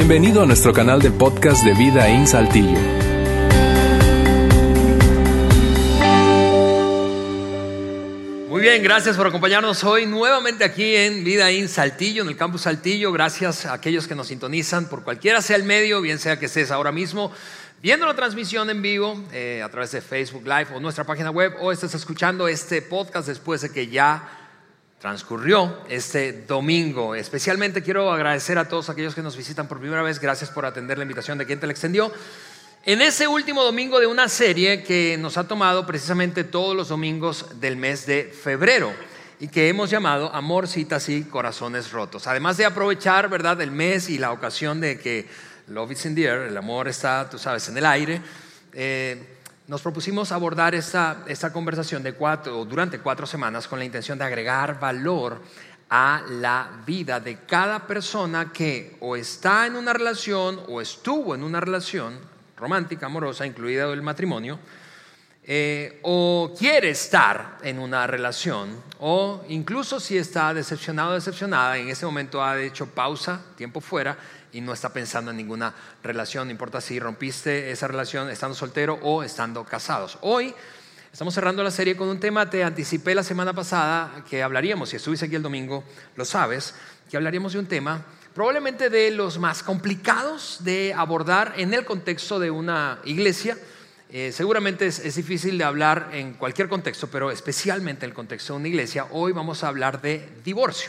Bienvenido a nuestro canal de podcast de Vida en Saltillo. Muy bien, gracias por acompañarnos hoy nuevamente aquí en Vida en Saltillo, en el campus Saltillo. Gracias a aquellos que nos sintonizan por cualquiera sea el medio, bien sea que estés ahora mismo viendo la transmisión en vivo a través de Facebook Live o nuestra página web, o estés escuchando este podcast después de que ya transcurrió este domingo. Especialmente quiero agradecer a todos aquellos que nos visitan por primera vez. Gracias por atender la invitación de quien te la extendió. En ese último domingo de una serie que nos ha tomado precisamente todos los domingos del mes de febrero y que hemos llamado Amor, Citas y Corazones Rotos. Además de aprovechar, ¿verdad?, el mes y la ocasión de que Love is in the air, el amor está, tú sabes, en el aire, nos propusimos abordar esta conversación durante 4 semanas con la intención de agregar valor a la vida de cada persona que o está en una relación o estuvo en una relación romántica, amorosa, incluida el matrimonio, o quiere estar en una relación, o incluso si está decepcionado o decepcionada, en ese momento ha hecho pausa, tiempo fuera, y no está pensando en ninguna relación, no importa si rompiste esa relación estando soltero o estando casados. Hoy estamos cerrando la serie con un tema. Te anticipé la semana pasada que hablaríamos, si estuviste aquí el domingo, lo sabes, que hablaríamos de un tema probablemente de los más complicados de abordar en el contexto de una iglesia. Seguramente es difícil de hablar en cualquier contexto, pero especialmente en el contexto de una iglesia. Hoy vamos a hablar de divorcio.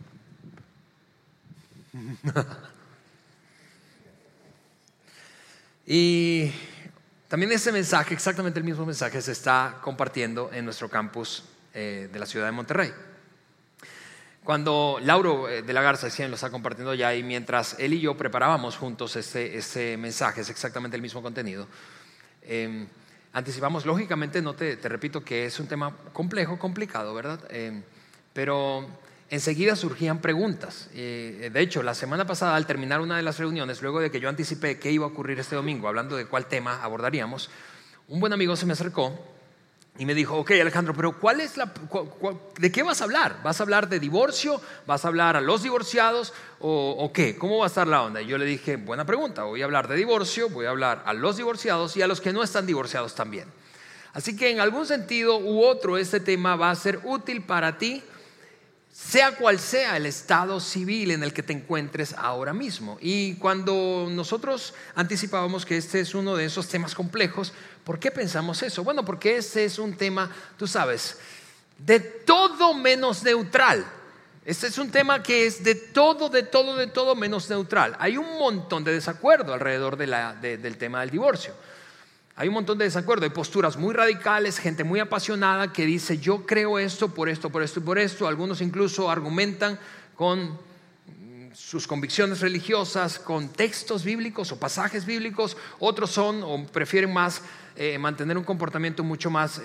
Y también ese mensaje, exactamente el mismo mensaje, se está compartiendo en nuestro campus de la ciudad de Monterrey. Cuando Lauro de la Garza lo está compartiendo ya, y mientras él y yo preparábamos juntos ese mensaje, es exactamente el mismo contenido, anticipamos, lógicamente, no te repito que es un tema complejo, complicado, ¿verdad? Pero enseguida surgían preguntas. De hecho, la semana pasada, al terminar una de las reuniones, luego de que yo anticipé qué iba a ocurrir este domingo, hablando de cuál tema abordaríamos, un buen amigo se me acercó y me dijo: ok, Alejandro, pero ¿de qué vas a hablar? ¿Vas a hablar de divorcio? ¿Vas a hablar a los divorciados? ¿O qué? ¿Cómo va a estar la onda? Y yo le dije: buena pregunta, voy a hablar de divorcio, voy a hablar a los divorciados y a los que no están divorciados también. Así que en algún sentido u otro este tema va a ser útil para ti, sea cual sea el estado civil en el que te encuentres ahora mismo. Y cuando nosotros anticipábamos que este es uno de esos temas complejos, ¿por qué pensamos eso? Bueno, porque este es un tema, tú sabes, de todo menos neutral. Este es un tema que es de todo menos neutral. Hay un montón de desacuerdo alrededor del tema del divorcio. Hay un montón de desacuerdo, hay posturas muy radicales, gente muy apasionada que dice: yo creo esto, por esto, por esto y por esto. Algunos incluso argumentan con sus convicciones religiosas, con textos bíblicos o pasajes bíblicos. Otros prefieren más mantener un comportamiento mucho más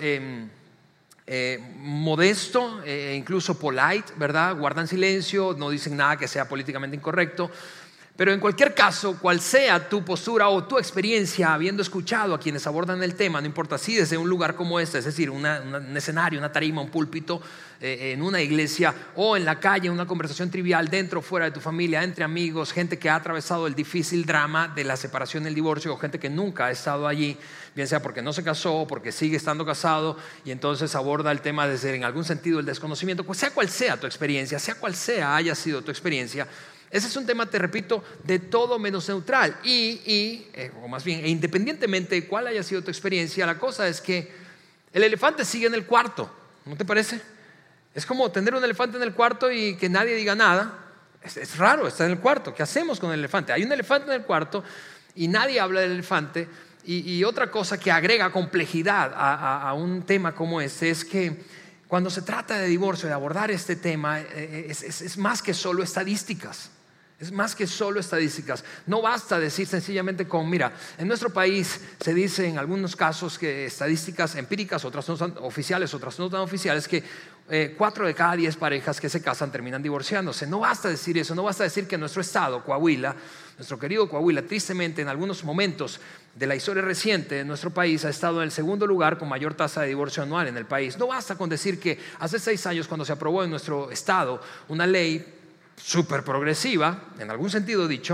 modesto, incluso polite, ¿verdad? Guardan silencio, no dicen nada que sea políticamente incorrecto. Pero en cualquier caso, cual sea tu postura o tu experiencia habiendo escuchado a quienes abordan el tema, no importa si desde un lugar como este, es decir, un escenario, una tarima, un púlpito, en una iglesia, o en la calle, una conversación trivial dentro o fuera de tu familia, entre amigos, gente que ha atravesado el difícil drama de la separación y el divorcio, o gente que nunca ha estado allí, bien sea porque no se casó o porque sigue estando casado y entonces aborda el tema desde, en algún sentido, el desconocimiento. Pues sea cual sea tu experiencia, sea cual sea haya sido tu experiencia, ese es un tema, te repito, de todo menos neutral. O más bien, independientemente de cuál haya sido tu experiencia, la cosa es que el elefante sigue en el cuarto, ¿no te parece? Es como tener un elefante en el cuarto y que nadie diga nada. Es raro, está en el cuarto. ¿Qué hacemos con el elefante? Hay un elefante en el cuarto y nadie habla del elefante. Y otra cosa que agrega complejidad a un tema como este es que cuando se trata de divorcio, de abordar este tema, es más que solo estadísticas. Es más que solo estadísticas. No basta decir sencillamente mira, en nuestro país se dice en algunos casos que estadísticas empíricas, otras no son oficiales, otras no tan oficiales, que 4 de cada 10 parejas que se casan terminan divorciándose. No basta decir eso, no basta decir que nuestro estado, Coahuila, nuestro querido Coahuila, tristemente en algunos momentos de la historia reciente de nuestro país ha estado en el segundo lugar con mayor tasa de divorcio anual en el país. No basta con decir que hace 6 años, cuando se aprobó en nuestro estado una ley súper progresiva, en algún sentido dicho,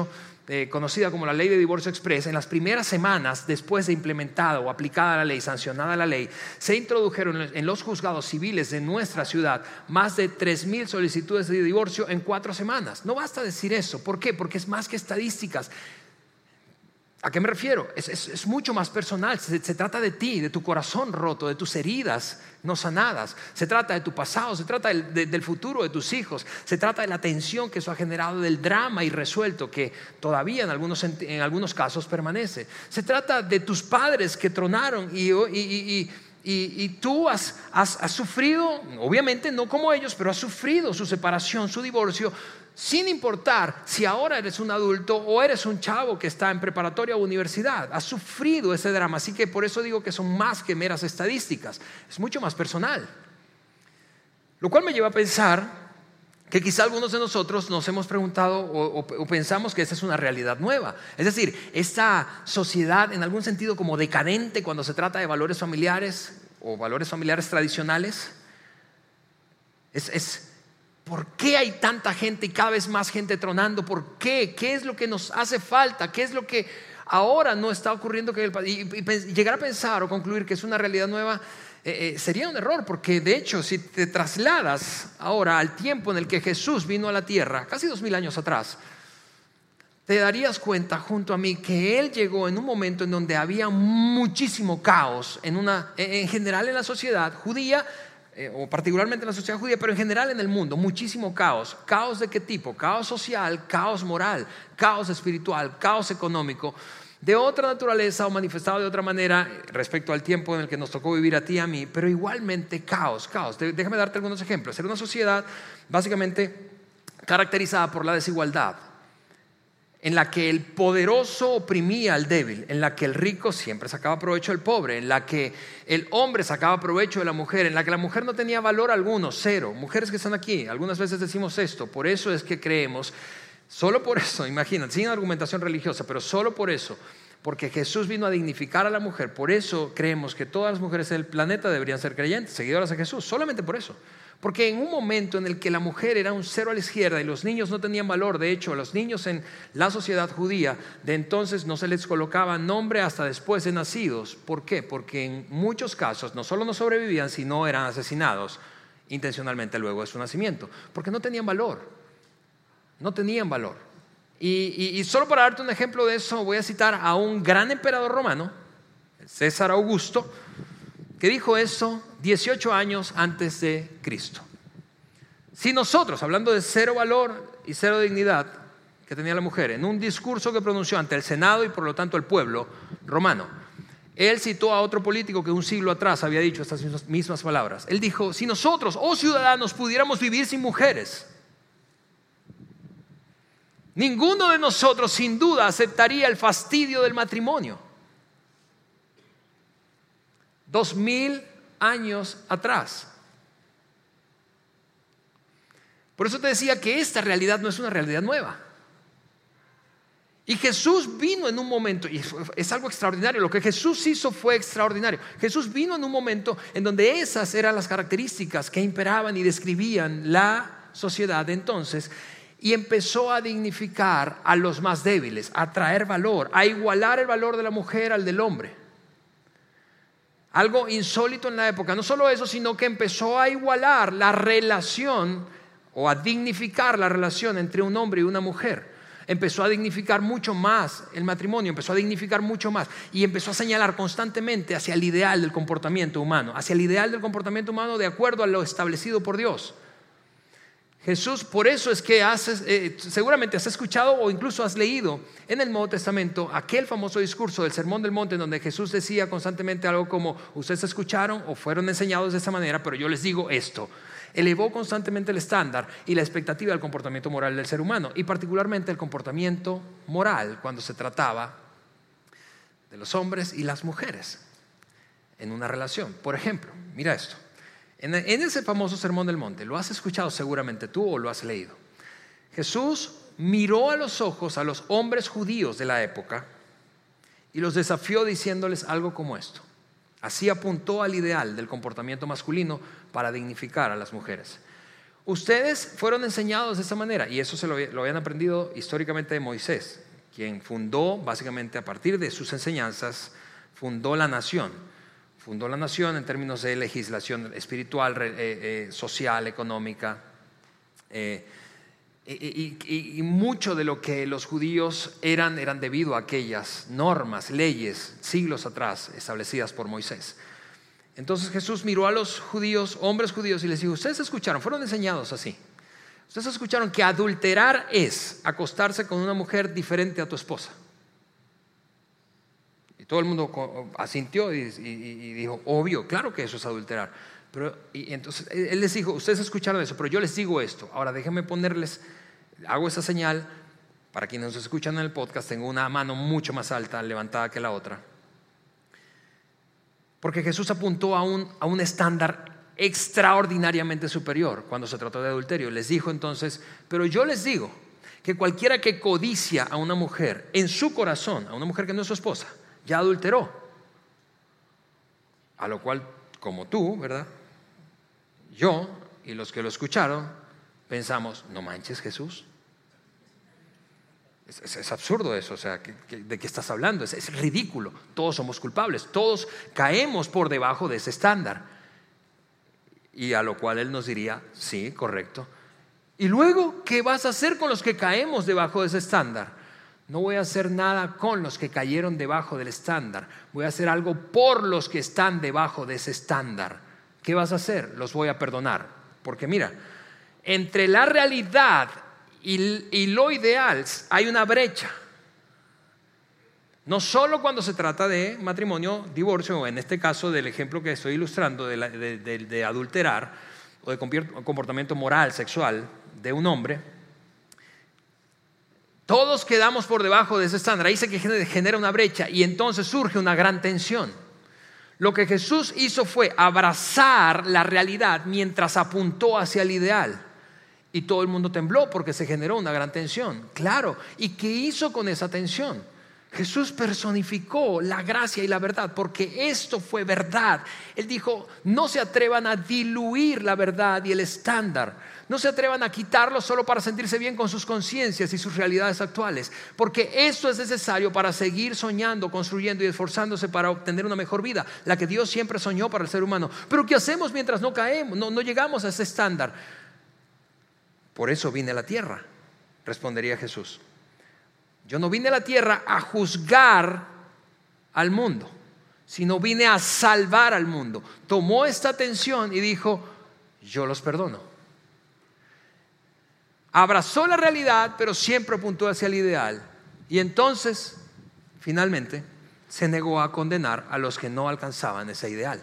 conocida como la ley de divorcio express, en las primeras semanas después de implementada o aplicada la ley, sancionada la ley, se introdujeron en los juzgados civiles de nuestra ciudad más de 3,000 solicitudes de divorcio en 4 semanas. No basta decir eso. ¿Por qué? Porque es más que estadísticas. ¿A qué me refiero? Es mucho más personal. Se trata de ti, de tu corazón roto, de tus heridas no sanadas. Se trata de tu pasado, se trata del futuro de tus hijos. Se trata de la tensión que eso ha generado, del drama irresuelto que todavía en algunos casos permanece. Se trata de tus padres que tronaron y tú has sufrido, obviamente no como ellos, pero has sufrido su separación, su divorcio, sin importar si ahora eres un adulto o eres un chavo que está en preparatoria o universidad. Has sufrido ese drama, así que por eso digo que son más que meras estadísticas. Es mucho más personal. Lo cual me lleva a pensar que quizá algunos de nosotros nos hemos preguntado o pensamos que esa es una realidad nueva. Es decir, esta sociedad en algún sentido como decadente cuando se trata de valores familiares o valores familiares tradicionales. ¿Por qué hay tanta gente y cada vez más gente tronando? ¿Por qué? ¿Qué es lo que nos hace falta? ¿Qué es lo que ahora no está ocurriendo? Y llegar a pensar o concluir que es una realidad nueva sería un error, porque de hecho si te trasladas ahora al tiempo en el que Jesús vino a la tierra, casi 2,000 años atrás, te darías cuenta junto a mí que Él llegó en un momento en donde había muchísimo caos en general en la sociedad judía, o particularmente en la sociedad judía, pero en general en el mundo, muchísimo caos. ¿Caos de qué tipo? Caos social, caos moral, caos espiritual, caos económico, de otra naturaleza o manifestado de otra manera respecto al tiempo en el que nos tocó vivir a ti y a mí, pero igualmente caos. Déjame darte algunos ejemplos. Era una sociedad básicamente caracterizada por la desigualdad, en la que el poderoso oprimía al débil, en la que el rico siempre sacaba provecho del pobre, en la que el hombre sacaba provecho de la mujer, en la que la mujer no tenía valor alguno, cero. Mujeres que están aquí, algunas veces decimos esto, por eso es que creemos, solo por eso, imagínate, sin argumentación religiosa, pero solo por eso, porque Jesús vino a dignificar a la mujer, por eso creemos que todas las mujeres del planeta deberían ser creyentes, seguidoras de Jesús, solamente por eso. Porque en un momento en el que la mujer era un cero a la izquierda y los niños no tenían valor, de hecho a los niños en la sociedad judía de entonces no se les colocaba nombre hasta después de nacidos. ¿Por qué? Porque en muchos casos no solo no sobrevivían, sino eran asesinados intencionalmente luego de su nacimiento, porque no tenían valor, no tenían valor. Y solo para darte un ejemplo de eso voy a citar a un gran emperador romano, César Augusto, que dijo eso 18 años antes de Cristo. Si nosotros, hablando de cero valor y cero dignidad que tenía la mujer, en un discurso que pronunció ante el Senado y por lo tanto el pueblo romano, él citó a otro político que un siglo atrás había dicho estas mismas palabras. Él dijo, si nosotros, ciudadanos, pudiéramos vivir sin mujeres, ninguno de nosotros sin duda aceptaría el fastidio del matrimonio. 2,000 años atrás. Por eso te decía que esta realidad no es una realidad nueva. Y Jesús vino en un momento, y es algo extraordinario, lo que Jesús hizo fue extraordinario. Jesús vino en un momento en donde esas eran las características que imperaban y describían la sociedad de entonces, y empezó a dignificar a los más débiles, a traer valor, a igualar el valor de la mujer al del hombre. Algo insólito en la época. No solo eso, sino que empezó a igualar la relación o a dignificar la relación entre un hombre y una mujer. Empezó a dignificar mucho más el matrimonio, empezó a dignificar mucho más y empezó a señalar constantemente hacia el ideal del comportamiento humano, hacia el ideal del comportamiento humano de acuerdo a lo establecido por Dios. Jesús, por eso es que seguramente has escuchado o incluso has leído en el Nuevo Testamento aquel famoso discurso del Sermón del Monte, en donde Jesús decía constantemente algo como: ustedes escucharon o fueron enseñados de esa manera, pero yo les digo esto. Elevó constantemente el estándar y la expectativa del comportamiento moral del ser humano, y particularmente el comportamiento moral cuando se trataba de los hombres y las mujeres en una relación. Por ejemplo, mira esto. En ese famoso Sermón del Monte, lo has escuchado seguramente tú o lo has leído. Jesús miró a los ojos a los hombres judíos de la época y los desafió diciéndoles algo como esto. Así apuntó al ideal del comportamiento masculino para dignificar a las mujeres. Ustedes fueron enseñados de esa manera, y eso se lo habían aprendido históricamente de Moisés, quien fundó, básicamente a partir de sus enseñanzas, fundó la nación. Fundó la nación en términos de legislación espiritual, social, económica. Y mucho de lo que los judíos eran debido a aquellas normas, leyes, siglos atrás establecidas por Moisés. Entonces Jesús miró a los judíos, hombres judíos, y les dijo: ustedes escucharon, fueron enseñados así. Ustedes escucharon que adulterar es acostarse con una mujer diferente a tu esposa. Y todo el mundo asintió y dijo: obvio, claro que eso es adulterar. Y entonces él les dijo: ustedes escucharon eso, pero yo les digo esto. Ahora déjenme ponerles, hago esa señal. Para quienes nos escuchan en el podcast, tengo una mano mucho más alta levantada que la otra, porque Jesús apuntó a un estándar extraordinariamente superior cuando se trató de adulterio. Les dijo entonces: pero yo les digo que cualquiera que codicia a una mujer en su corazón, a una mujer que no es su esposa, ya adulteró. A lo cual, como tú, ¿verdad?, yo y los que lo escucharon pensamos: no manches, Jesús, es absurdo eso. O sea, ¿de qué estás hablando? Es ridículo. Todos somos culpables, todos caemos por debajo de ese estándar. Y a lo cual él nos diría: sí, correcto. Y luego, ¿qué vas a hacer con los que caemos debajo de ese estándar? No voy a hacer nada con los que cayeron debajo del estándar. Voy a hacer algo por los que están debajo de ese estándar. ¿Qué vas a hacer? Los voy a perdonar. Porque mira, entre la realidad y lo ideal hay una brecha. No solo cuando se trata de matrimonio, divorcio, o en este caso del ejemplo que estoy ilustrando de adulterar o de comportamiento moral, sexual de un hombre. Todos quedamos por debajo de ese estándar. Ahí se genera una brecha y entonces surge una gran tensión. Lo que Jesús hizo fue abrazar la realidad mientras apuntó hacia el ideal. Y todo el mundo tembló porque se generó una gran tensión. Claro, ¿y qué hizo con esa tensión? Jesús personificó la gracia y la verdad, porque esto fue verdad. Él dijo: no se atrevan a diluir la verdad y el estándar. No se atrevan a quitarlo solo para sentirse bien con sus conciencias y sus realidades actuales, porque esto es necesario para seguir soñando, construyendo y esforzándose para obtener una mejor vida, la que Dios siempre soñó para el ser humano. Pero ¿qué hacemos mientras no caemos, no llegamos a ese estándar? Por eso vine a la tierra, respondería Jesús. Yo no vine a la tierra a juzgar al mundo, sino vine a salvar al mundo. Tomó esta tensión y dijo: yo los perdono. Abrazó la realidad, pero siempre apuntó hacia el ideal. Y entonces, finalmente, se negó a condenar a los que no alcanzaban ese ideal.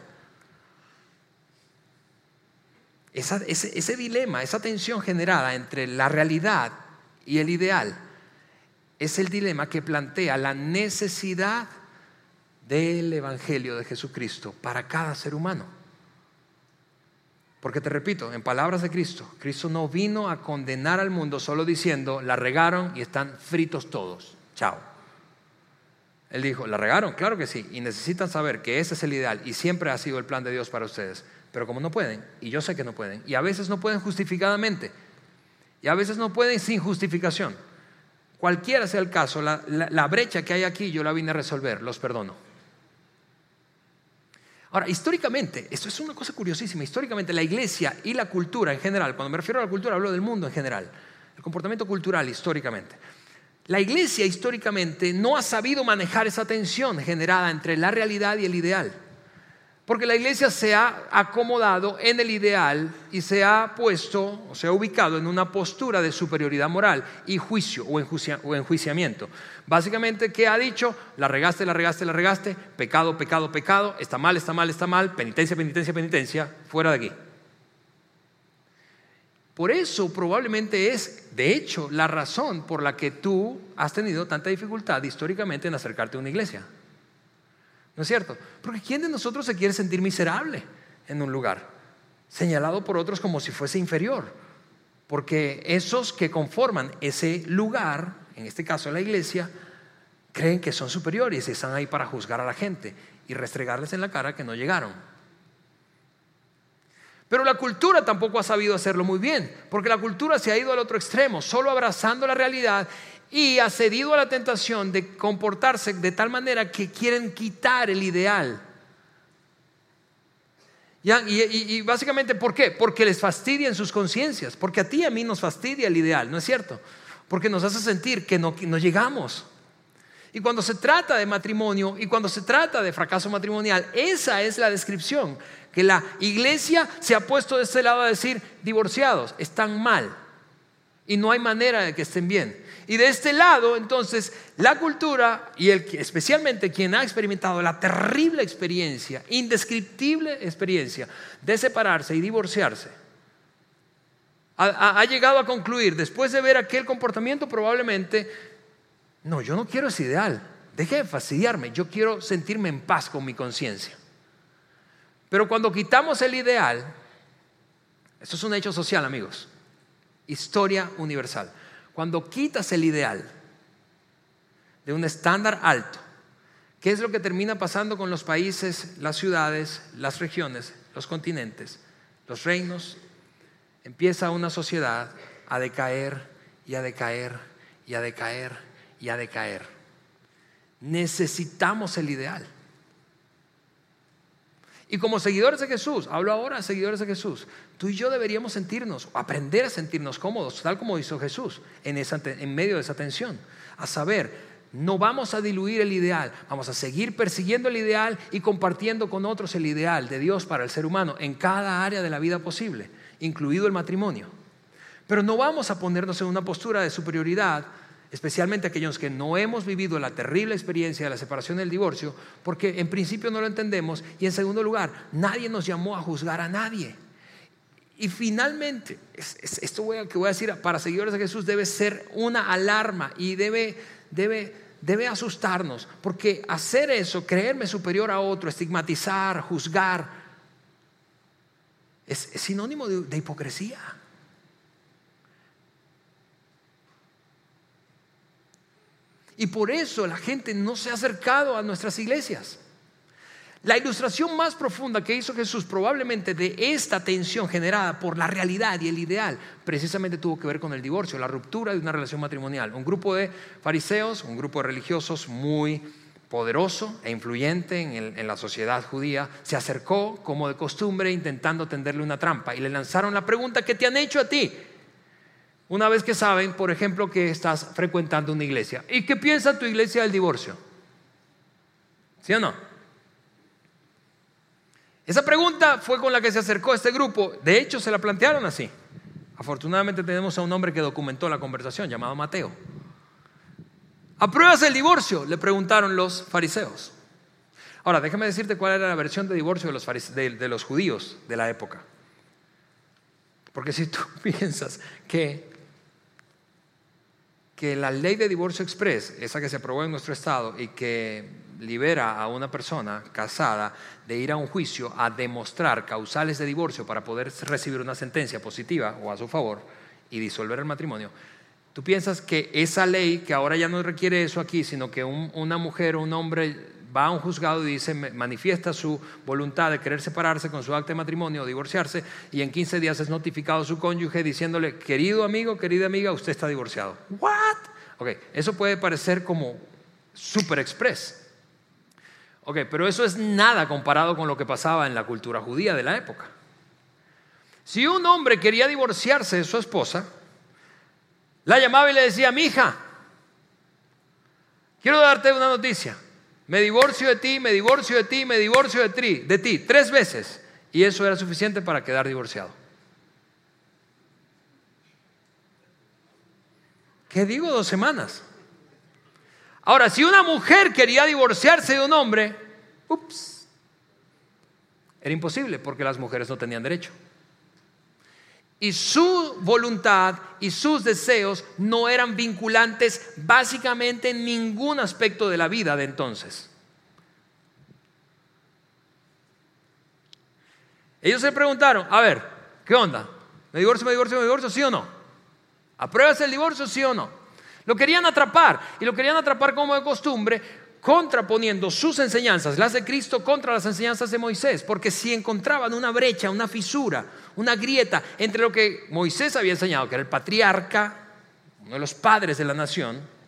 Ese dilema, esa tensión generada entre la realidad y el ideal, es el dilema que plantea la necesidad del Evangelio de Jesucristo para cada ser humano. Porque te repito, en palabras de Cristo, Cristo no vino a condenar al mundo solo diciendo: la regaron y están fritos todos, chao. Él dijo: la regaron, claro que sí, y necesitan saber que ese es el ideal y siempre ha sido el plan de Dios para ustedes. Pero como no pueden, y yo sé que no pueden, y a veces no pueden justificadamente, y a veces no pueden sin justificación, cualquiera sea el caso, la brecha que hay aquí yo la vine a resolver, los perdono. Ahora, históricamente, esto es una cosa curiosísima, históricamente la iglesia y la cultura en general, cuando me refiero a la cultura hablo del mundo en general, el comportamiento cultural históricamente. La iglesia históricamente no ha sabido manejar esa tensión generada entre la realidad y el ideal. Porque la iglesia se ha acomodado en el ideal y se ha puesto o se ha ubicado en una postura de superioridad moral y juicio o enjuiciamiento. Básicamente, ¿qué ha dicho? La regaste, pecado, pecado, pecado, está mal, está mal, está mal, penitencia, penitencia, penitencia, fuera de aquí. Por eso probablemente es, de hecho, la razón por la que tú has tenido tanta dificultad históricamente en acercarte a una iglesia. ¿No es cierto? Porque ¿quién de nosotros se quiere sentir miserable en un lugar? Señalado por otros como si fuese inferior. Porque esos que conforman ese lugar, en este caso la iglesia, creen que son superiores y están ahí para juzgar a la gente y restregarles en la cara que no llegaron. Pero la cultura tampoco ha sabido hacerlo muy bien, porque la cultura se ha ido al otro extremo, solo abrazando la realidad y ha cedido a la tentación de comportarse de tal manera que quieren quitar el ideal. Y básicamente, ¿por qué? Porque les fastidia en sus conciencias, porque a ti y a mí nos fastidia el ideal, ¿no es cierto? Porque nos hace sentir que no llegamos. Y cuando se trata de matrimonio y cuando se trata de fracaso matrimonial, esa es la descripción, que la iglesia se ha puesto de este lado a decir: divorciados, están mal y no hay manera de que estén bien. Y de este lado, entonces, la cultura y especialmente quien ha experimentado la terrible experiencia, indescriptible experiencia de separarse y divorciarse, ha llegado a concluir, después de ver aquel comportamiento, probablemente: no, yo no quiero ese ideal, deje de fastidiarme, yo quiero sentirme en paz con mi conciencia. Pero cuando quitamos el ideal, esto es un hecho social, amigos, historia universal. Cuando quitas el ideal de un estándar alto, ¿qué es lo que termina pasando con los países, las ciudades, las regiones, los continentes, los reinos? Empieza una sociedad a decaer y a decaer y a decaer y a decaer. Necesitamos el ideal. Y como seguidores de Jesús, hablo ahora de seguidores de Jesús, tú y yo deberíamos sentirnos, aprender a sentirnos cómodos, tal como hizo Jesús en medio de esa tensión. A saber, no vamos a diluir el ideal, vamos a seguir persiguiendo el ideal y compartiendo con otros el ideal de Dios para el ser humano en cada área de la vida posible, incluido el matrimonio. Pero no vamos a ponernos en una postura de superioridad, especialmente aquellos que no hemos vivido la terrible experiencia de la separación y el divorcio, porque en principio no lo entendemos, y en segundo lugar, nadie nos llamó a juzgar a nadie. Y finalmente, esto que voy a decir para seguidores de Jesús debe ser una alarma y debe asustarnos, porque hacer eso, creerme superior a otro, estigmatizar, juzgar, es sinónimo de hipocresía. Y por eso la gente no se ha acercado a nuestras iglesias. La ilustración más profunda que hizo Jesús probablemente de esta tensión generada por la realidad y el ideal precisamente tuvo que ver con el divorcio, la ruptura de una relación matrimonial. Un grupo de fariseos, un grupo de religiosos muy poderoso e influyente en la sociedad judía, se acercó como de costumbre intentando tenderle una trampa y le lanzaron la pregunta: ¿qué te han hecho a ti? Una vez que saben, por ejemplo, que estás frecuentando una iglesia. ¿Y qué piensa tu iglesia del divorcio? ¿Sí o no? Esa pregunta fue con la que se acercó este grupo. De hecho, se la plantearon así. Afortunadamente tenemos a un hombre que documentó la conversación, llamado Mateo. ¿Apruebas el divorcio?, le preguntaron los fariseos. Ahora, déjame decirte cuál era la versión de divorcio de los judíos de la época. Porque si tú piensas que la ley de divorcio express, esa que se aprobó en nuestro estado y que libera a una persona casada de ir a un juicio a demostrar causales de divorcio para poder recibir una sentencia positiva o a su favor y disolver el matrimonio, tú piensas que esa ley, que ahora ya no requiere eso aquí, sino que una mujer o un hombre va a un juzgado y dice, manifiesta su voluntad de querer separarse con su acta de matrimonio o divorciarse, y en 15 días es notificado a su cónyuge diciéndole: querido amigo, querida amiga, usted está divorciado. ¿What? Ok, eso puede parecer como super express. Ok, pero eso es nada comparado con lo que pasaba en la cultura judía de la época. Si un hombre quería divorciarse de su esposa, la llamaba y le decía: mija, quiero darte una noticia. Me divorcio de ti, me divorcio de ti, me divorcio de ti 3 veces. Y eso era suficiente para quedar divorciado. ¿Qué digo? 2 semanas. Ahora, si una mujer quería divorciarse de un hombre, era imposible, porque las mujeres no tenían derecho. Y su voluntad y sus deseos no eran vinculantes básicamente en ningún aspecto de la vida de entonces. Ellos se preguntaron: a ver, ¿qué onda? ¿Me divorcio, sí o no? ¿Apruebas el divorcio, sí o no? Lo querían atrapar, y lo querían atrapar como de costumbre, contraponiendo sus enseñanzas, las de Cristo, contra las enseñanzas de Moisés. Porque si encontraban una brecha, una fisura, una grieta entre lo que Moisés había enseñado, que era el patriarca, uno de los padres de la nación,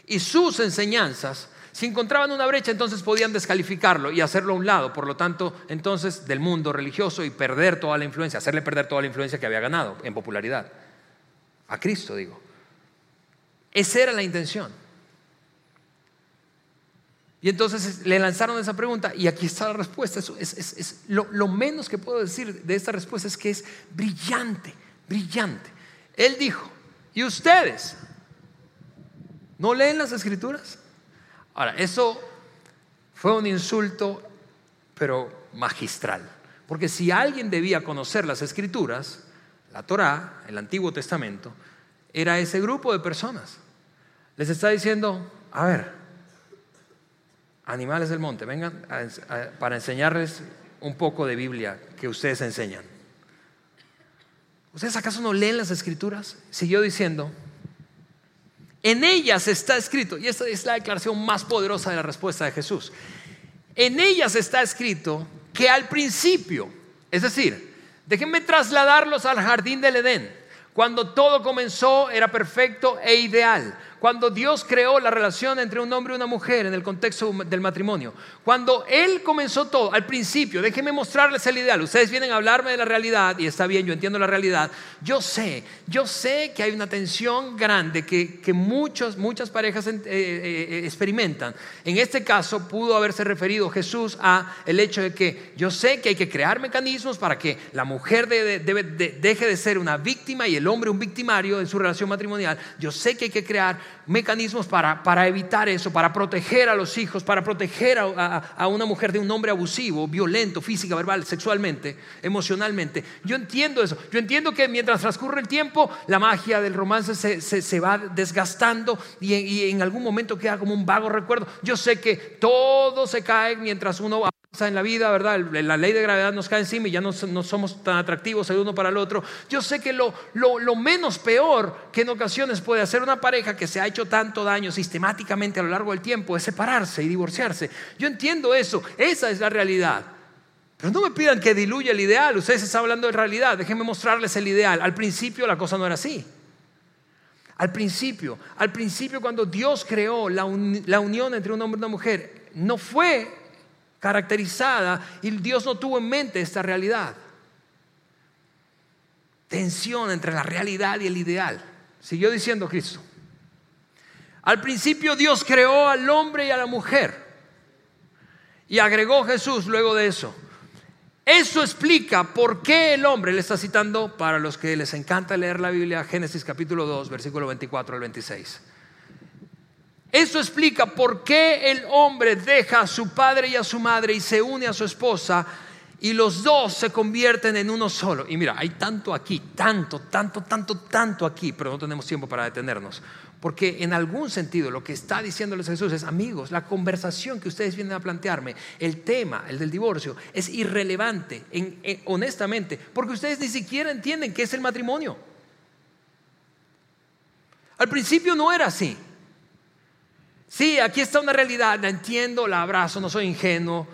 y sus enseñanzas, si encontraban una brecha, entonces podían descalificarlo y hacerlo a un lado, por lo tanto, entonces del mundo religioso, y perder toda la influencia, hacerle perder toda la influencia que había ganado en popularidad. A Cristo, digo. Esa era la intención. Y entonces le lanzaron esa pregunta y aquí está la respuesta. Lo menos que puedo decir de esta respuesta es que es brillante, brillante. Él dijo: ¿y ustedes no leen las Escrituras? Ahora, eso fue un insulto, pero magistral. Porque si alguien debía conocer las Escrituras, la Torá, el Antiguo Testamento, era ese grupo de personas. Les está diciendo: a ver, animales del monte, vengan para enseñarles un poco de Biblia que ustedes enseñan. ¿Ustedes acaso no leen las Escrituras? Siguió diciendo: en ellas está escrito, y esta es la declaración más poderosa de la respuesta de Jesús. En ellas está escrito que al principio, es decir, déjenme trasladarlos al jardín del Edén. Cuando todo comenzó era perfecto e ideal. Cuando Dios creó la relación entre un hombre y una mujer en el contexto del matrimonio. Cuando Él comenzó todo, al principio, déjenme mostrarles el ideal. Ustedes vienen a hablarme de la realidad y está bien, yo entiendo la realidad. Yo sé que hay una tensión grande que muchas parejas experimentan. En este caso pudo haberse referido Jesús a el hecho de que yo sé que hay que crear mecanismos para que la mujer deje de ser una víctima y el hombre un victimario en su relación matrimonial. Yo sé que hay que crear mecanismos para evitar eso, para proteger a los hijos, para proteger a una mujer de un hombre abusivo, violento, física, verbal, sexualmente, emocionalmente. Yo entiendo eso. Yo entiendo que mientras transcurre el tiempo, la magia del romance se va desgastando y en algún momento queda como un vago recuerdo. Yo sé que todo se cae mientras uno avanza en la vida, ¿verdad? La ley de gravedad nos cae encima y ya no somos tan atractivos el uno para el otro. Yo sé que lo menos peor que en ocasiones puede hacer una pareja que se ha hecho tanto daño sistemáticamente a lo largo del tiempo es separarse y divorciarse. Yo entiendo eso, esa es la realidad. Pero no me pidan que diluya el ideal. Ustedes están hablando de realidad, déjenme mostrarles el ideal. Al principio la cosa no era así. Al principio cuando Dios creó la unión entre un hombre y una mujer, no fue caracterizada y Dios no tuvo en mente esta realidad. Tensión entre la realidad y el ideal. Siguió diciendo Cristo: al principio Dios creó al hombre y a la mujer. Y agregó Jesús luego de eso: eso explica por qué el hombre, le está citando para los que les encanta leer la Biblia, Génesis capítulo 2, versículo 24 al 26. Eso explica por qué el hombre deja a su padre y a su madre y se une a su esposa y los dos se convierten en uno solo. Y mira, hay tanto aquí, tanto aquí, pero no tenemos tiempo para detenernos. Porque en algún sentido lo que está diciéndoles Jesús es: amigos, la conversación que ustedes vienen a plantearme, el tema, el del divorcio, es irrelevante, honestamente, porque ustedes ni siquiera entienden qué es el matrimonio. Al principio no era así. Sí, aquí está una realidad, la entiendo, la abrazo, no soy ingenuo,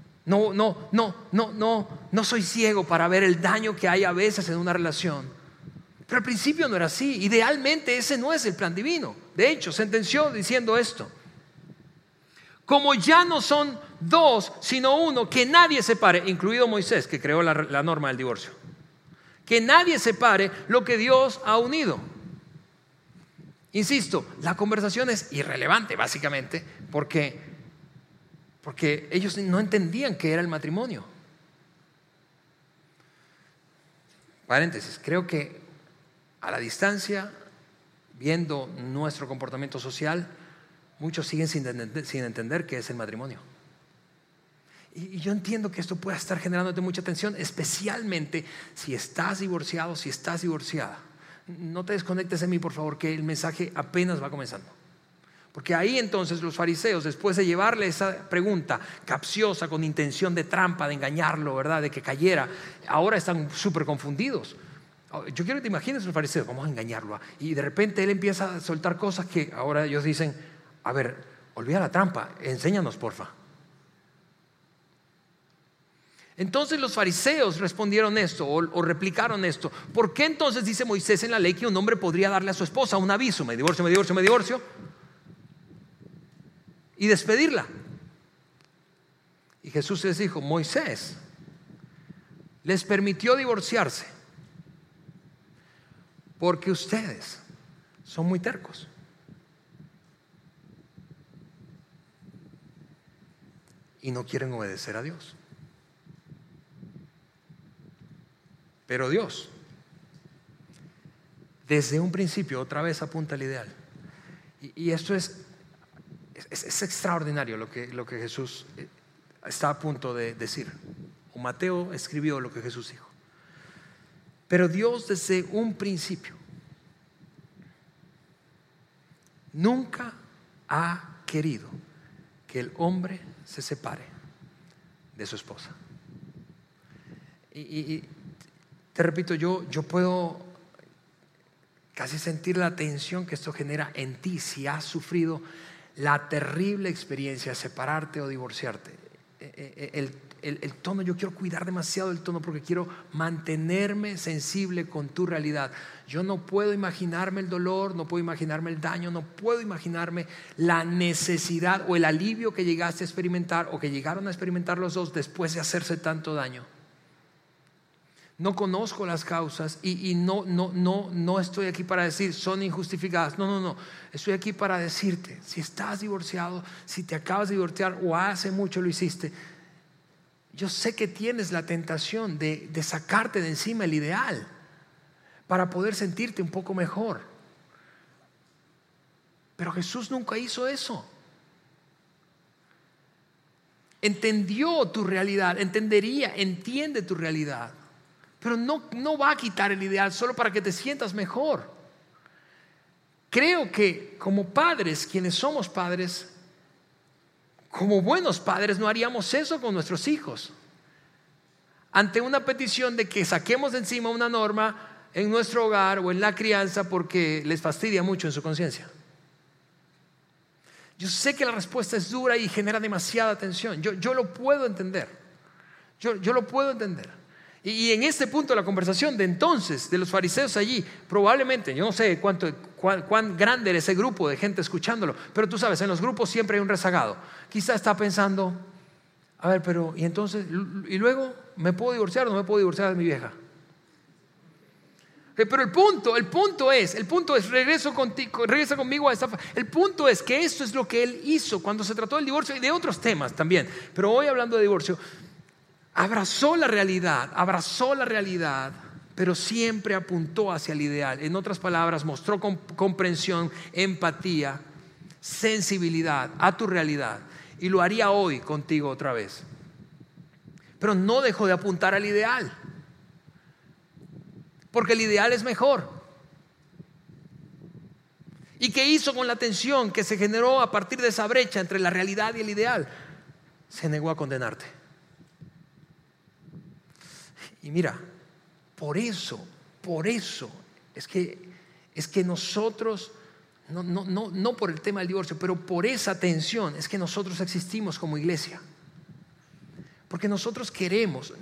no soy ciego para ver el daño que hay a veces en una relación. Pero al principio no era así. Idealmente ese no es el plan divino. De hecho, sentenció diciendo esto: como ya no son dos sino uno, que nadie separe, incluido Moisés, que creó la norma del divorcio, que nadie separe lo que Dios ha unido. Insisto, la conversación es irrelevante básicamente porque ellos no entendían qué era el matrimonio. Paréntesis, creo que a la distancia, viendo nuestro comportamiento social, muchos siguen sin entender qué es el matrimonio. Y yo entiendo que esto pueda estar generándote mucha tensión, especialmente si estás divorciado, si estás divorciada. No te desconectes de mí, por favor, que el mensaje apenas va comenzando. Porque ahí entonces los fariseos, después de llevarle esa pregunta capciosa con intención de trampa, de engañarlo, ¿verdad?, de que cayera, ahora están súper confundidos. Yo quiero que te imagines los fariseos: vamos a engañarlo. Y de repente él empieza a soltar cosas que ahora ellos dicen: a ver, olvida la trampa, enséñanos, porfa. Entonces los fariseos respondieron esto o replicaron esto: ¿por qué entonces dice Moisés en la ley que un hombre podría darle a su esposa un aviso? Me divorcio. y despedirla. Y Jesús les dijo: Moisés les permitió divorciarse porque ustedes son muy tercos. Y no quieren obedecer a Dios. Pero Dios, desde un principio, otra vez apunta al ideal. Y esto es extraordinario lo que Jesús está a punto de decir. O Mateo escribió lo que Jesús dijo. Pero Dios, desde un principio, nunca ha querido que el hombre se separe de su esposa. Y te repito, yo puedo casi sentir la tensión que esto genera en ti si has sufrido la terrible experiencia de separarte o divorciarte. El tono, yo quiero cuidar demasiado el tono porque quiero mantenerme sensible con tu realidad. Yo no puedo imaginarme el dolor, no puedo imaginarme el daño, no puedo imaginarme la necesidad o el alivio que llegaste a experimentar o que llegaron a experimentar los dos después de hacerse tanto daño. No conozco las causas y no estoy aquí para decir son injustificadas. No. Estoy aquí para decirte, si estás divorciado, si te acabas de divorciar o hace mucho lo hiciste, yo sé que tienes la tentación de sacarte de encima el ideal para poder sentirte un poco mejor. Pero Jesús nunca hizo eso. Entendió tu realidad, entiende tu realidad. Pero no va a quitar el ideal solo para que te sientas mejor. Creo que como padres, quienes somos padres, como buenos padres, no haríamos eso con nuestros hijos. Ante una petición de que saquemos de encima una norma en nuestro hogar o en la crianza porque les fastidia mucho en su conciencia. Yo sé que la respuesta es dura y genera demasiada tensión. Yo lo puedo entender. Yo lo puedo entender. Y en este punto de la conversación de entonces, de los fariseos allí, probablemente, yo no sé cuán grande era ese grupo de gente escuchándolo, pero tú sabes, en los grupos siempre hay un rezagado. Quizá está pensando, a ver, pero ¿y entonces? ¿Y luego me puedo divorciar o no me puedo divorciar de mi vieja? Pero el punto es, regresa conmigo a esta. El punto es que esto es lo que él hizo cuando se trató del divorcio y de otros temas también. Pero hoy, hablando de divorcio, abrazó la realidad, pero siempre apuntó hacia el ideal. En otras palabras, mostró comprensión, empatía, sensibilidad a tu realidad, y lo haría hoy contigo otra vez. Pero no dejó de apuntar al ideal, porque el ideal es mejor. ¿Y qué hizo con la tensión que se generó a partir de esa brecha entre la realidad y el ideal? Se negó a condenarte. Y mira, por eso es que nosotros, no por el tema del divorcio, pero por esa tensión es que nosotros existimos como iglesia. Porque nosotros queremos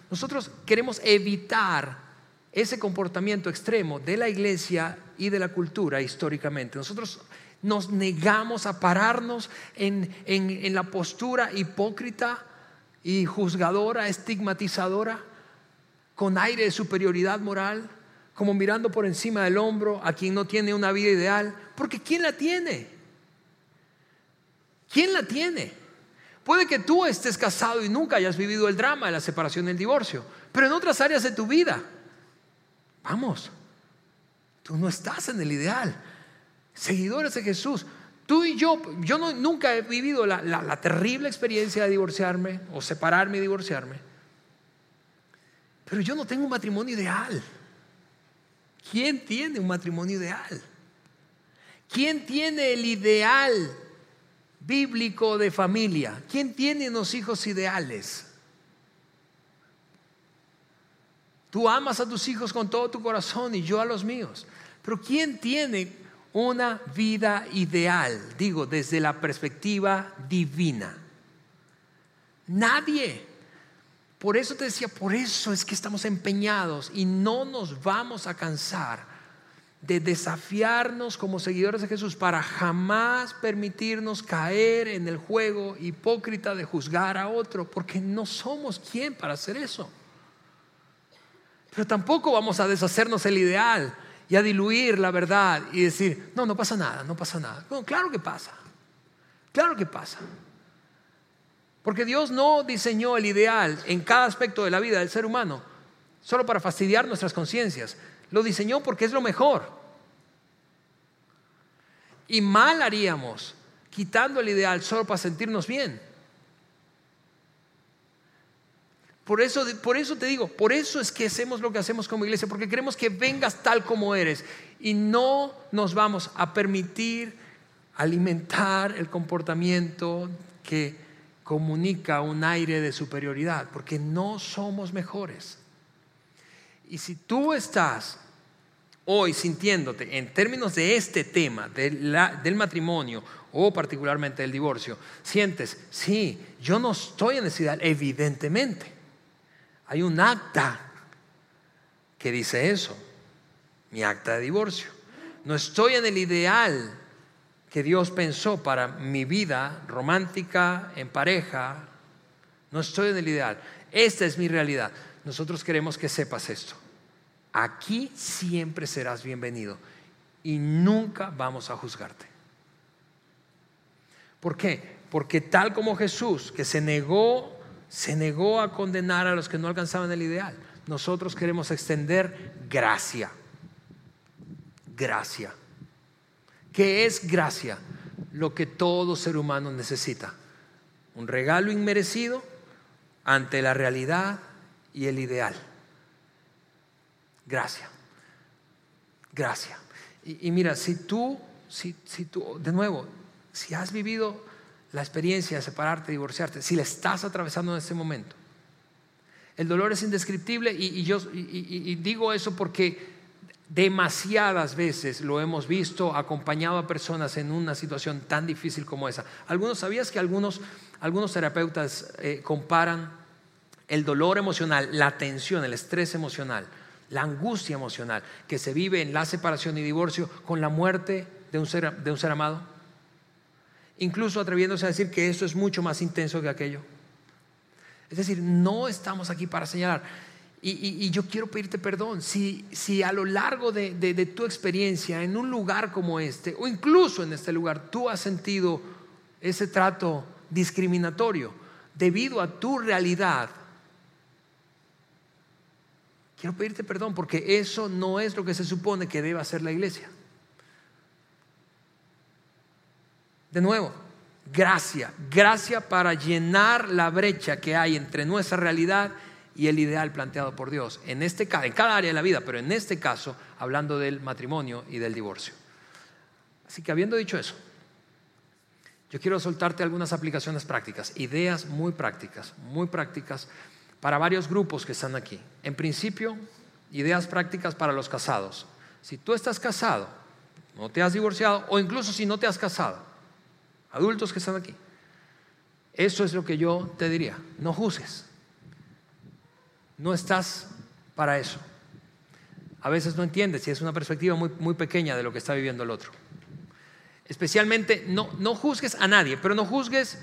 evitar ese comportamiento extremo de la iglesia y de la cultura históricamente. Nosotros nos negamos a pararnos en la postura hipócrita y juzgadora, estigmatizadora, con aire de superioridad moral, como mirando por encima del hombro a quien no tiene una vida ideal. Porque ¿quién la tiene? ¿Quién la tiene? Puede que tú estés casado y nunca hayas vivido el drama de la separación y el divorcio, pero en otras áreas de tu vida, vamos, tú no estás en el ideal. Seguidores de Jesús, tú y yo nunca he vivido la terrible experiencia de divorciarme o separarme y divorciarme. Pero yo no tengo un matrimonio ideal. ¿Quién tiene un matrimonio ideal? ¿Quién tiene el ideal bíblico de familia? ¿Quién tiene unos hijos ideales? Tú amas a tus hijos con todo tu corazón y yo a los míos. Pero ¿quién tiene una vida ideal? Digo, desde la perspectiva divina. Nadie. Por eso te decía, por eso es que estamos empeñados y no nos vamos a cansar de desafiarnos como seguidores de Jesús para jamás permitirnos caer en el juego hipócrita de juzgar a otro, porque no somos quien para hacer eso. Pero tampoco vamos a deshacernos el ideal y a diluir la verdad y decir, no pasa nada, no pasa nada. No, claro que pasa, claro que pasa. Porque Dios no diseñó el ideal en cada aspecto de la vida del ser humano solo para fastidiar nuestras conciencias. Lo diseñó porque es lo mejor. Y mal haríamos quitando el ideal solo para sentirnos bien. Por eso te digo, por eso es que hacemos lo que hacemos como iglesia, porque queremos que vengas tal como eres y no nos vamos a permitir alimentar el comportamiento que comunica un aire de superioridad, porque no somos mejores. Y si tú estás hoy sintiéndote en términos de este tema del matrimonio o particularmente del divorcio, sientes, sí, yo no estoy en ese ideal, evidentemente. Hay un acta que dice eso, mi acta de divorcio. No estoy en el ideal que Dios pensó para mi vida romántica, en pareja. No estoy en el ideal. Esta es mi realidad. Nosotros queremos que sepas esto. Aquí siempre serás bienvenido y nunca vamos a juzgarte. ¿Por qué? Porque tal como Jesús, que se negó a condenar a los que no alcanzaban el ideal, nosotros queremos extender gracia. Gracia. ¿Qué es gracia? Lo que todo ser humano necesita. Un regalo inmerecido ante la realidad y el ideal. Gracia. Gracia. Y mira, si tú, de nuevo, si has vivido la experiencia de separarte, divorciarte, si la estás atravesando en este momento, el dolor es indescriptible y digo eso porque demasiadas veces lo hemos visto acompañado a personas en una situación tan difícil como esa. ¿Sabías que algunos terapeutas comparan el dolor emocional, la tensión, el estrés emocional, la angustia emocional que se vive en la separación y divorcio con la muerte de un ser amado? Incluso atreviéndose a decir que eso es mucho más intenso que aquello. Es decir, no estamos aquí para señalar. Y yo quiero pedirte perdón si a lo largo de tu experiencia en un lugar como este, o incluso en este lugar, tú has sentido ese trato discriminatorio debido a tu realidad. Quiero pedirte perdón porque eso no es lo que se supone que debe hacer la iglesia. De nuevo, gracia para llenar la brecha que hay entre nuestra realidad y el ideal planteado por Dios en cada área de la vida, pero en este caso hablando del matrimonio y del divorcio. Así que habiendo dicho eso, yo quiero soltarte algunas aplicaciones prácticas, ideas muy prácticas para varios grupos que están aquí. En principio, ideas prácticas para los casados. Si tú estás casado, no te has divorciado, o incluso si no te has casado, adultos que están aquí, eso es lo que yo te diría: no juzgues. No estás para eso. A veces no entiendes si es una perspectiva muy, muy pequeña de lo que está viviendo el otro. Especialmente, no juzgues a nadie, pero no juzgues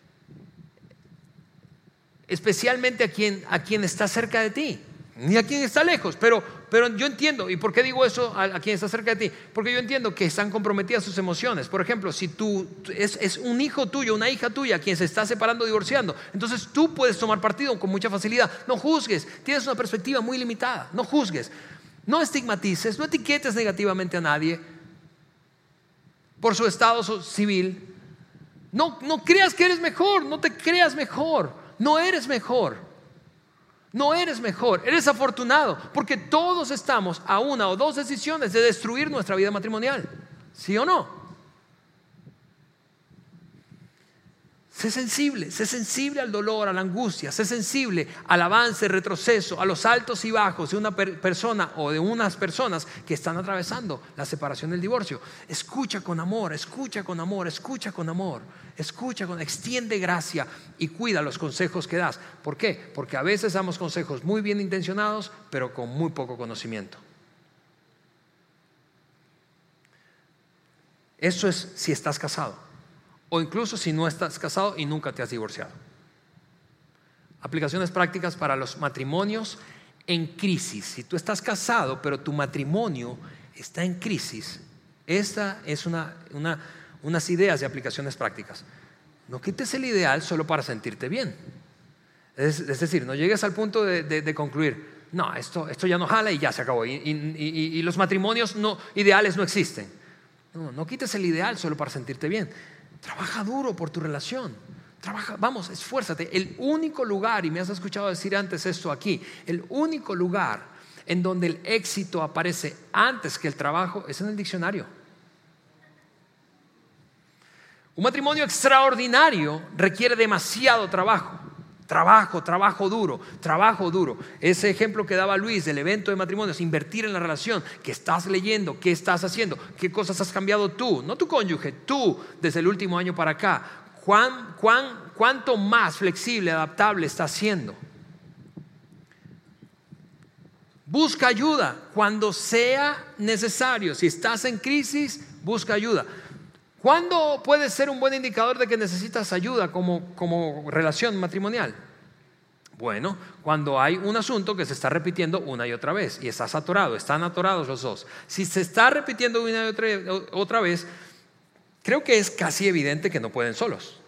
especialmente a quien está cerca de ti, ni a quien está lejos. Pero yo entiendo. ¿Y por qué digo eso a quien está cerca de ti? Porque yo entiendo que están comprometidas sus emociones. Por ejemplo, si es un hijo tuyo, una hija tuya quien se está separando, divorciando, entonces tú puedes tomar partido con mucha facilidad. No juzgues. Tienes una perspectiva muy limitada. No juzgues. No estigmatices. No etiquetes negativamente a nadie por su estado civil. No creas que eres mejor. No te creas mejor. No eres mejor. No eres mejor, eres afortunado, porque todos estamos a una o dos decisiones de destruir nuestra vida matrimonial. ¿Sí o no? Sé sensible al dolor, a la angustia. Sé sensible al avance, retroceso, a los altos y bajos de una persona o de unas personas que están atravesando la separación del divorcio. Escucha con amor, extiende gracia y cuida los consejos que das. ¿Por qué? Porque a veces damos consejos muy bien intencionados, pero con muy poco conocimiento. Eso es si estás casado, o incluso si no estás casado y nunca te has divorciado. Aplicaciones prácticas para los matrimonios en crisis. Si tú estás casado pero tu matrimonio está en crisis, esta es unas ideas de aplicaciones prácticas. No quites el ideal solo para sentirte bien. Es decir, no llegues al punto de concluir, no, esto ya no jala y ya se acabó. Y los matrimonios ideales no existen. No quites el ideal solo para sentirte bien. Trabaja duro por tu relación. Vamos, esfuérzate. El único lugar, y me has escuchado decir antes esto aquí, el único lugar en donde el éxito aparece antes que el trabajo es en el diccionario. Un matrimonio extraordinario requiere demasiado trabajo. Trabajo duro. Ese ejemplo que daba Luis del evento de matrimonios, invertir en la relación. ¿Qué estás leyendo? ¿Qué estás haciendo? ¿Qué cosas has cambiado tú? No tu cónyuge, tú desde el último año para acá. ¿Cuánto más flexible, adaptable estás siendo? Busca ayuda cuando sea necesario. Si estás en crisis, busca ayuda. ¿Cuándo puede ser un buen indicador de que necesitas ayuda como relación matrimonial? Bueno, cuando hay un asunto que se está repitiendo una y otra vez y están atorados los dos. Si se está repitiendo una y otra vez, creo que es casi evidente que no pueden solos.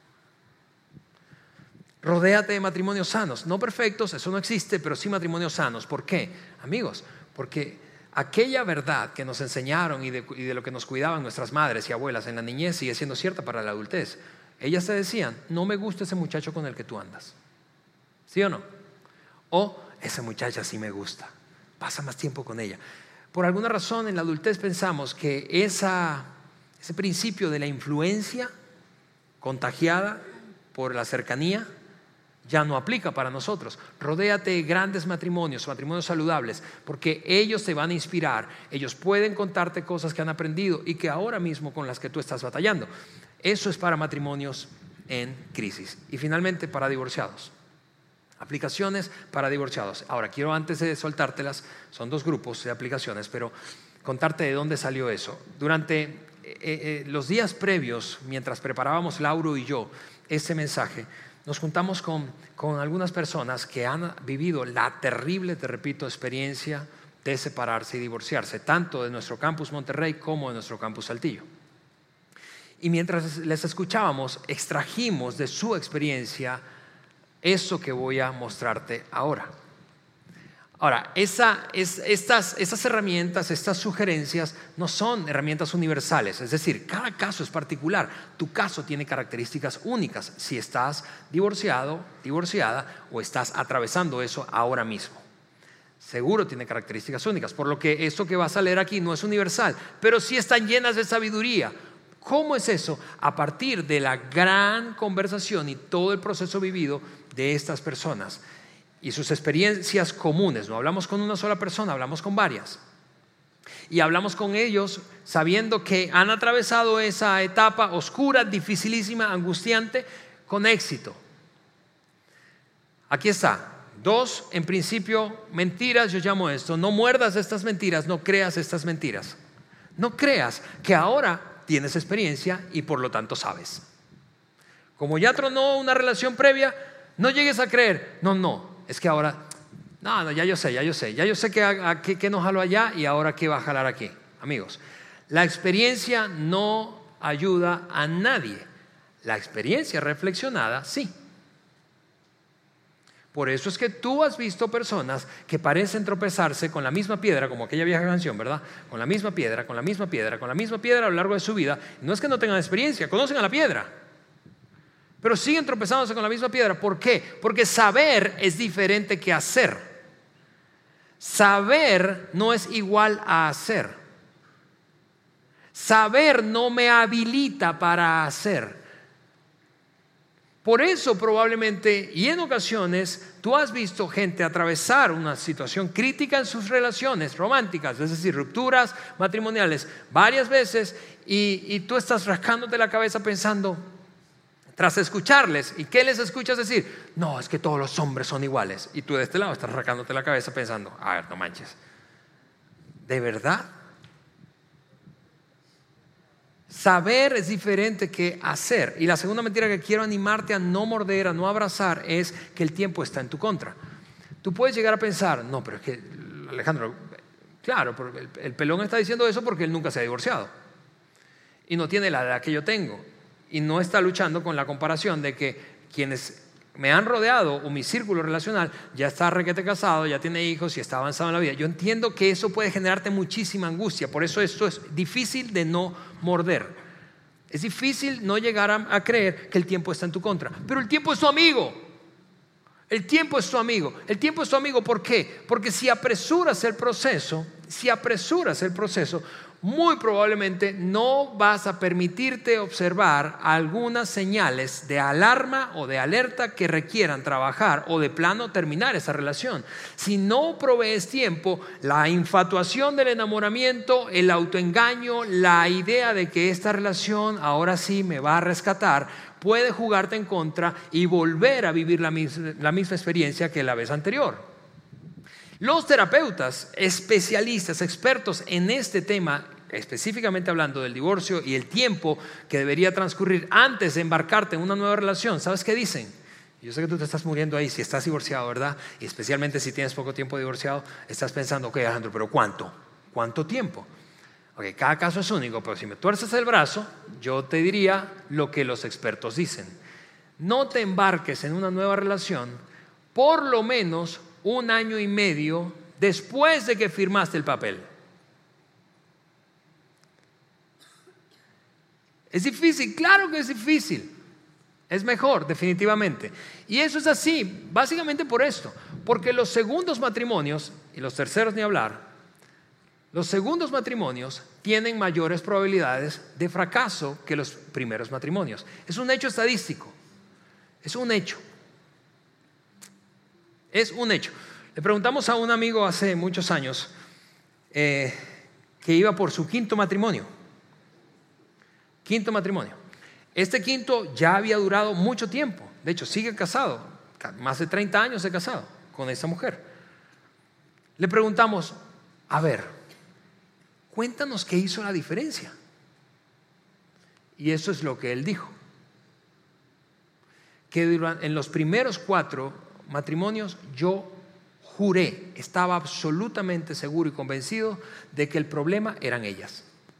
Rodéate de matrimonios sanos, no perfectos, eso no existe, pero sí matrimonios sanos. ¿Por qué? Amigos, porque aquella verdad que nos enseñaron y de lo que nos cuidaban nuestras madres y abuelas en la niñez sigue siendo cierta para la adultez. Ellas te decían, no me gusta ese muchacho con el que tú andas. ¿Sí o no? O esa muchacha sí me gusta, pasa más tiempo con ella. Por alguna razón en la adultez pensamos que ese principio de la influencia contagiada por la cercanía ya no aplica para nosotros. Rodéate de grandes matrimonios saludables, porque ellos te van a inspirar. Ellos pueden contarte cosas que han aprendido y que ahora mismo con las que tú estás batallando. Eso es para matrimonios en crisis. Y finalmente para divorciados. Aplicaciones para divorciados. Ahora quiero, antes de soltártelas, son 2 grupos de aplicaciones, pero contarte de dónde salió eso. Durante los días previos, mientras preparábamos Lauro y yo este mensaje, nos juntamos con algunas personas que han vivido la terrible, te repito, experiencia de separarse y divorciarse, tanto de nuestro campus Monterrey como de nuestro campus Saltillo. Y mientras les escuchábamos, extrajimos de su experiencia eso que voy a mostrarte ahora. Ahora, estas herramientas, estas sugerencias no son herramientas universales, es decir, cada caso es particular. Tu caso tiene características únicas si estás divorciado, divorciada o estás atravesando eso ahora mismo. Seguro tiene características únicas, por lo que esto que vas a leer aquí no es universal, pero sí están llenas de sabiduría. ¿Cómo es eso? A partir de la gran conversación y todo el proceso vivido de estas personas y sus experiencias comunes. No hablamos con una sola persona, hablamos con varias. Y hablamos con ellos sabiendo que han atravesado esa etapa oscura, dificilísima, angustiante, con éxito. Aquí está. 2, en principio, mentiras, yo llamo esto. No muerdas estas mentiras, no creas estas mentiras. No creas que ahora tienes experiencia y por lo tanto sabes. Como ya tronó una relación previa, no llegues a creer, no. Es que ahora, ya yo sé que no jalo allá y ahora que va a jalar aquí. Amigos, la experiencia no ayuda a nadie. La experiencia reflexionada, sí. Por eso es que tú has visto personas que parecen tropezarse con la misma piedra, como aquella vieja canción, ¿verdad? Con la misma piedra a lo largo de su vida. No es que no tengan experiencia, conocen a la piedra, pero siguen tropezándose con la misma piedra. ¿Por qué? Porque saber es diferente que hacer. Saber no es igual a hacer. Saber no me habilita para hacer. Por eso probablemente y en ocasiones tú has visto gente atravesar una situación crítica en sus relaciones románticas, es decir, rupturas matrimoniales varias veces, y tú estás rascándote la cabeza pensando, tras escucharles, ¿y qué les escuchas decir? No, es que todos los hombres son iguales. Y tú de este lado estás rascándote la cabeza pensando, a ver, no manches, ¿de verdad? Saber es diferente que hacer. Y la segunda mentira que quiero animarte a no morder, a no abrazar, es que el tiempo está en tu contra. Tú puedes llegar a pensar, no, pero es que, Alejandro, claro, el pelón está diciendo eso porque él nunca se ha divorciado. Y no tiene la edad que yo tengo. Y no está luchando con la comparación de que quienes me han rodeado o mi círculo relacional ya está requete casado, ya tiene hijos y está avanzado en la vida. Yo entiendo que eso puede generarte muchísima angustia. Por eso esto es difícil de no morder. Es difícil no llegar a creer que el tiempo está en tu contra. Pero el tiempo es tu amigo. El tiempo es tu amigo. El tiempo es tu amigo, ¿por qué? Porque si apresuras el proceso, muy probablemente no vas a permitirte observar algunas señales de alarma o de alerta que requieran trabajar o de plano terminar esa relación. Si no provees tiempo, la infatuación del enamoramiento, el autoengaño, la idea de que esta relación ahora sí me va a rescatar, puede jugarte en contra y volver a vivir la misma experiencia que la vez anterior. Los terapeutas, especialistas, expertos en este tema, específicamente hablando del divorcio y el tiempo que debería transcurrir antes de embarcarte en una nueva relación, ¿sabes qué dicen? Yo sé que tú te estás muriendo ahí si estás divorciado, ¿verdad? Y especialmente si tienes poco tiempo divorciado, estás pensando, ok, Alejandro, ¿pero cuánto? ¿Cuánto tiempo? Ok, cada caso es único, pero si me tuerces el brazo, yo te diría lo que los expertos dicen. No te embarques en una nueva relación por lo menos 1 año y medio después de que firmaste el papel. ¿Es difícil? Claro que es difícil. Es mejor, definitivamente. Y eso es así, básicamente por esto. Porque los segundos matrimonios, y los terceros ni hablar, los segundos matrimonios tienen mayores probabilidades de fracaso que los primeros matrimonios. Es un hecho estadístico. Es un hecho. Es un hecho. Le preguntamos a un amigo hace muchos años que iba por su quinto matrimonio. Quinto matrimonio. Este quinto ya había durado mucho tiempo. De hecho, sigue casado. Más de 30 años de casado con esa mujer. Le preguntamos, a ver, cuéntanos qué hizo la diferencia. Y eso es lo que él dijo. Que en los primeros 4 matrimonios yo juré, estaba absolutamente seguro y convencido de que el problema eran ellas.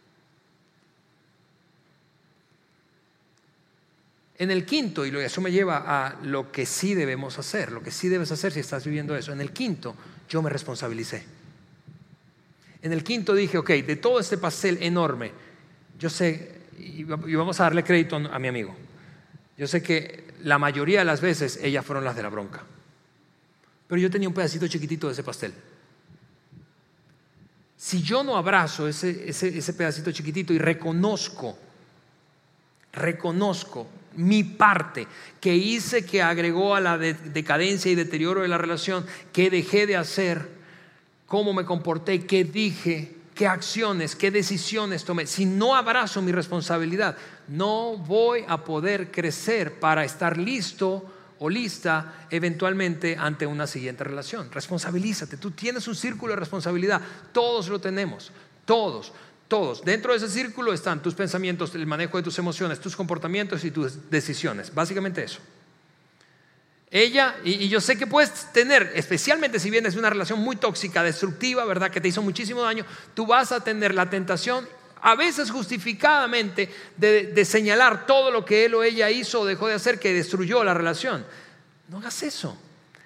En el quinto, y eso me lleva a lo que sí debemos hacer, lo que sí debes hacer si estás viviendo eso. En el quinto, yo me responsabilicé. En el quinto dije, ok, de todo este pastel enorme, yo sé, y vamos a darle crédito a mi amigo, yo sé que la mayoría de las veces ellas fueron las de la bronca. Pero yo tenía un pedacito chiquitito de ese pastel. Si yo no abrazo ese pedacito chiquitito y reconozco mi parte que hice, que agregó a la decadencia y deterioro de la relación, que dejé de hacer, cómo me comporté, qué dije, qué acciones, qué decisiones tomé. Si no abrazo mi responsabilidad, no voy a poder crecer para estar listo o lista eventualmente ante una siguiente relación. Responsabilízate. Tú tienes un círculo de responsabilidad. Todos lo tenemos. Todos. Dentro de ese círculo están tus pensamientos, el manejo de tus emociones, tus comportamientos y tus decisiones. Básicamente eso. Ella, y yo sé que puedes tener, especialmente si vienes de una relación muy tóxica, destructiva, ¿verdad? Que te hizo muchísimo daño, tú vas a tener la tentación, a veces justificadamente, de señalar todo lo que él o ella hizo o dejó de hacer que destruyó la relación. No hagas eso.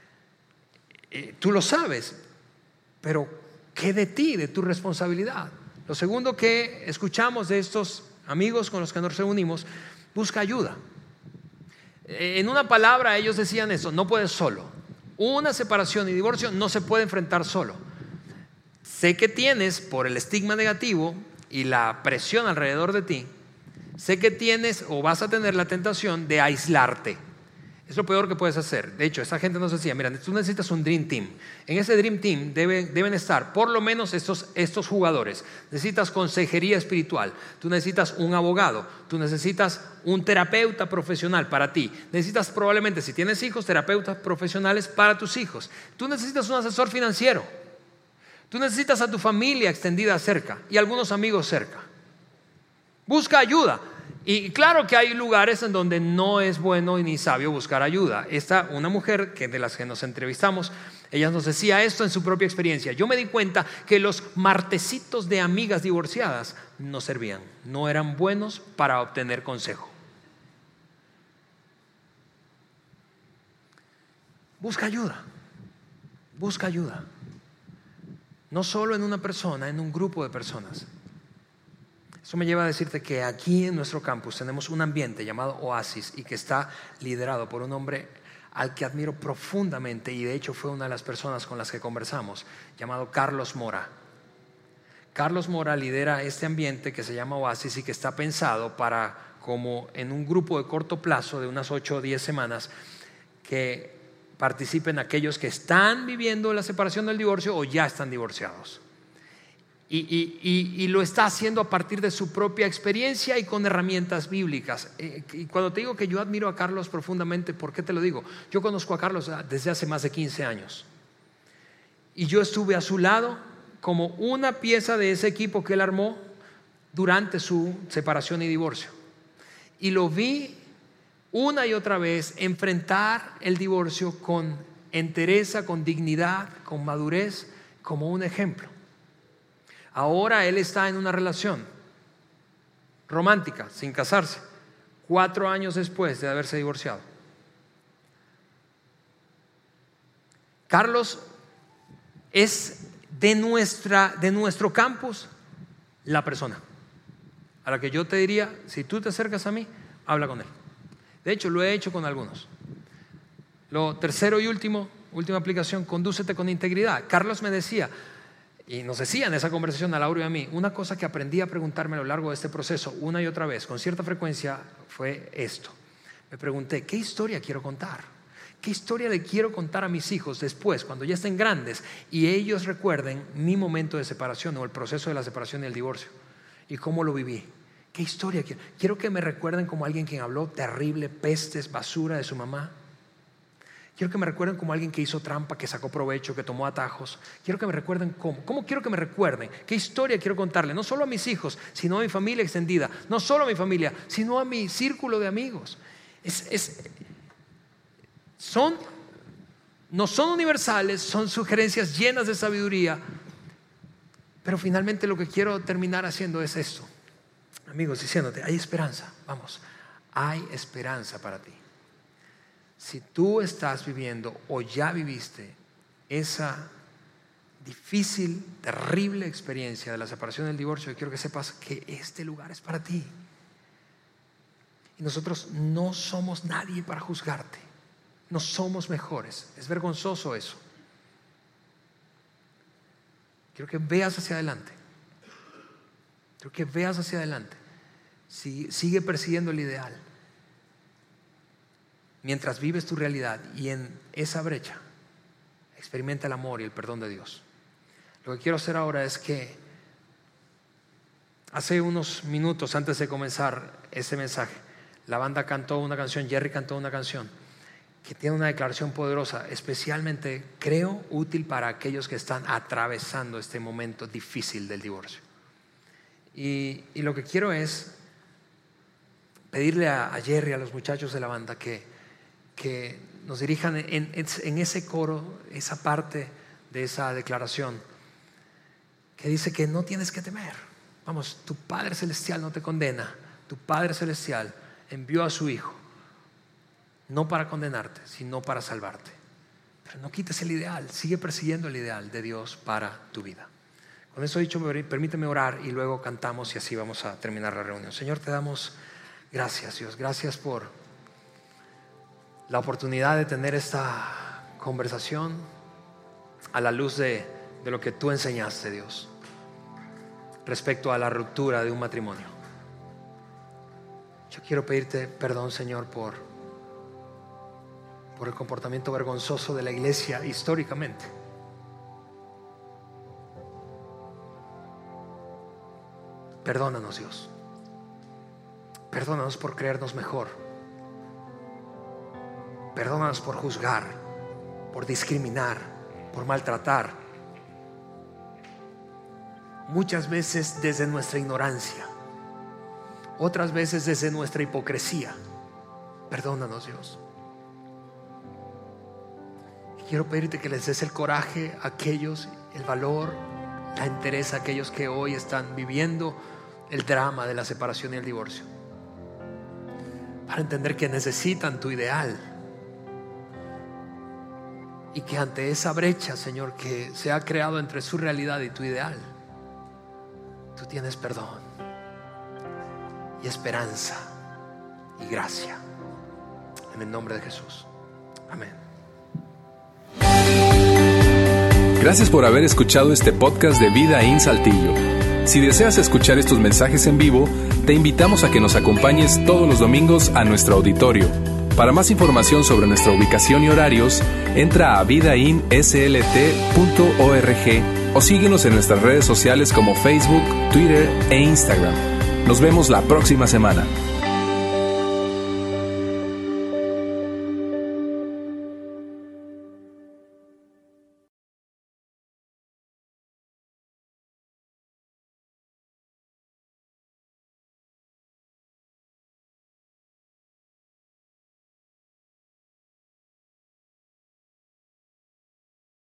Tú lo sabes, pero ¿qué de ti, de tu responsabilidad? Lo segundo que escuchamos de estos amigos con los que nos reunimos, busca ayuda. En una palabra ellos decían eso, no puedes solo. Una separación y divorcio no se puede enfrentar solo. Sé que tienes, por el estigma negativo y la presión alrededor de ti, sé que tienes o vas a tener la tentación de aislarte. Es lo peor que puedes hacer. De hecho, esa gente nos decía, mira, tú necesitas un Dream Team. En ese Dream Team deben estar por lo menos estos jugadores. Necesitas consejería espiritual. Tú necesitas un abogado. Tú necesitas un terapeuta profesional para ti. Necesitas probablemente, si tienes hijos, terapeutas profesionales para tus hijos. Tú necesitas un asesor financiero. Tú necesitas a tu familia extendida cerca y algunos amigos cerca. Busca ayuda. Y claro que hay lugares en donde no es bueno ni sabio buscar ayuda. Una mujer de las que nos entrevistamos, ella nos decía esto en su propia experiencia. Yo me di cuenta que los martesitos de amigas divorciadas no servían, no eran buenos para obtener consejo. Busca ayuda, busca ayuda. No solo en una persona, en un grupo de personas. Eso me lleva a decirte que aquí en nuestro campus tenemos un ambiente llamado Oasis y que está liderado por un hombre al que admiro profundamente, y de hecho fue una de las personas con las que conversamos, llamado Carlos Mora. Carlos Mora lidera este ambiente que se llama Oasis y que está pensado para, como en un grupo de corto plazo de unas 8 o 10 semanas, que participen aquellos que están viviendo la separación del divorcio o ya están divorciados. Y lo está haciendo a partir de su propia experiencia y con herramientas bíblicas. Y cuando te digo que yo admiro a Carlos profundamente, ¿por qué te lo digo? Yo conozco a Carlos desde hace más de 15 años. Y yo estuve a su lado como una pieza de ese equipo que él armó durante su separación y divorcio. Y lo vi una y otra vez enfrentar el divorcio con entereza, con dignidad, con madurez, como un ejemplo. Ahora él está en una relación romántica, sin casarse, 4 años después de haberse divorciado. Carlos es de nuestro campus la persona a la que yo te diría, si tú te acercas a mí, habla con él. De hecho, lo he hecho con algunos. Lo tercero y última aplicación, condúcete con integridad. Carlos me decía, y nos decía en esa conversación a Laura y a mí, una cosa que aprendí a preguntarme a lo largo de este proceso una y otra vez, con cierta frecuencia, fue esto. Me pregunté, ¿qué historia quiero contar? ¿Qué historia le quiero contar a mis hijos después, cuando ya estén grandes y ellos recuerden mi momento de separación o el proceso de la separación y el divorcio? ¿Y cómo lo viví? ¿Qué historia quiero? Quiero que me recuerden como alguien quien habló terrible, pestes, basura de su mamá. Quiero que me recuerden como alguien que hizo trampa, que sacó provecho, que tomó atajos. Quiero que me recuerden cómo quiero que me recuerden. ¿Qué historia quiero contarle? No solo a mis hijos, sino a mi familia extendida. No solo a mi familia, sino a mi círculo de amigos. No son universales, son sugerencias llenas de sabiduría. Pero finalmente lo que quiero terminar haciendo es esto. Amigos, diciéndote, hay esperanza. Vamos, hay esperanza para ti. Si tú estás viviendo o ya viviste esa difícil, terrible experiencia de la separación y el divorcio, quiero que sepas que este lugar es para ti. Y nosotros no somos nadie para juzgarte. No somos mejores. Es vergonzoso eso. Quiero que veas hacia adelante. Quiero que veas hacia adelante. Sigue persiguiendo el ideal. Mientras vives tu realidad y en esa brecha experimenta el amor y el perdón de Dios. Lo que quiero hacer ahora es que hace unos minutos antes de comenzar ese mensaje, la banda cantó una canción, Jerry cantó una canción que tiene una declaración poderosa, especialmente creo útil para aquellos que están atravesando este momento difícil del divorcio. Y lo que quiero es pedirle a Jerry, a los muchachos de la banda, que nos dirijan en ese coro, esa parte de esa declaración que dice que no tienes que temer. Vamos, tu Padre Celestial no te condena. Tu Padre Celestial envió a su Hijo no para condenarte, sino para salvarte. Pero no quites el ideal, sigue persiguiendo el ideal de Dios para tu vida. Con eso dicho, permíteme orar y luego cantamos y así vamos a terminar la reunión. Señor, te damos gracias, Dios. Gracias por la oportunidad de tener esta conversación a la luz de lo que tú enseñaste, Dios, respecto a la ruptura de un matrimonio. Yo quiero pedirte perdón, Señor, por el comportamiento vergonzoso de la iglesia históricamente. Perdónanos, Dios. Perdónanos por creernos mejor. Perdónanos por juzgar, por discriminar, por maltratar. Muchas veces desde nuestra ignorancia. otras veces desde nuestra hipocresía. Perdónanos, Dios. Y quiero pedirte que les des el coraje a aquellos, el valor, la entereza a aquellos que hoy están viviendo el drama de la separación y el divorcio, para entender que necesitan tu ideal y que ante esa brecha, Señor, que se ha creado entre su realidad y tu ideal, tú tienes perdón y esperanza y gracia. En el nombre de Jesús. Amén. Gracias por haber escuchado este podcast de Vida en Saltillo. Si deseas escuchar estos mensajes en vivo, te invitamos a que nos acompañes todos los domingos a nuestro auditorio. Para más información sobre nuestra ubicación y horarios, entra a vidainslt.org o síguenos en nuestras redes sociales como Facebook, Twitter e Instagram. Nos vemos la próxima semana.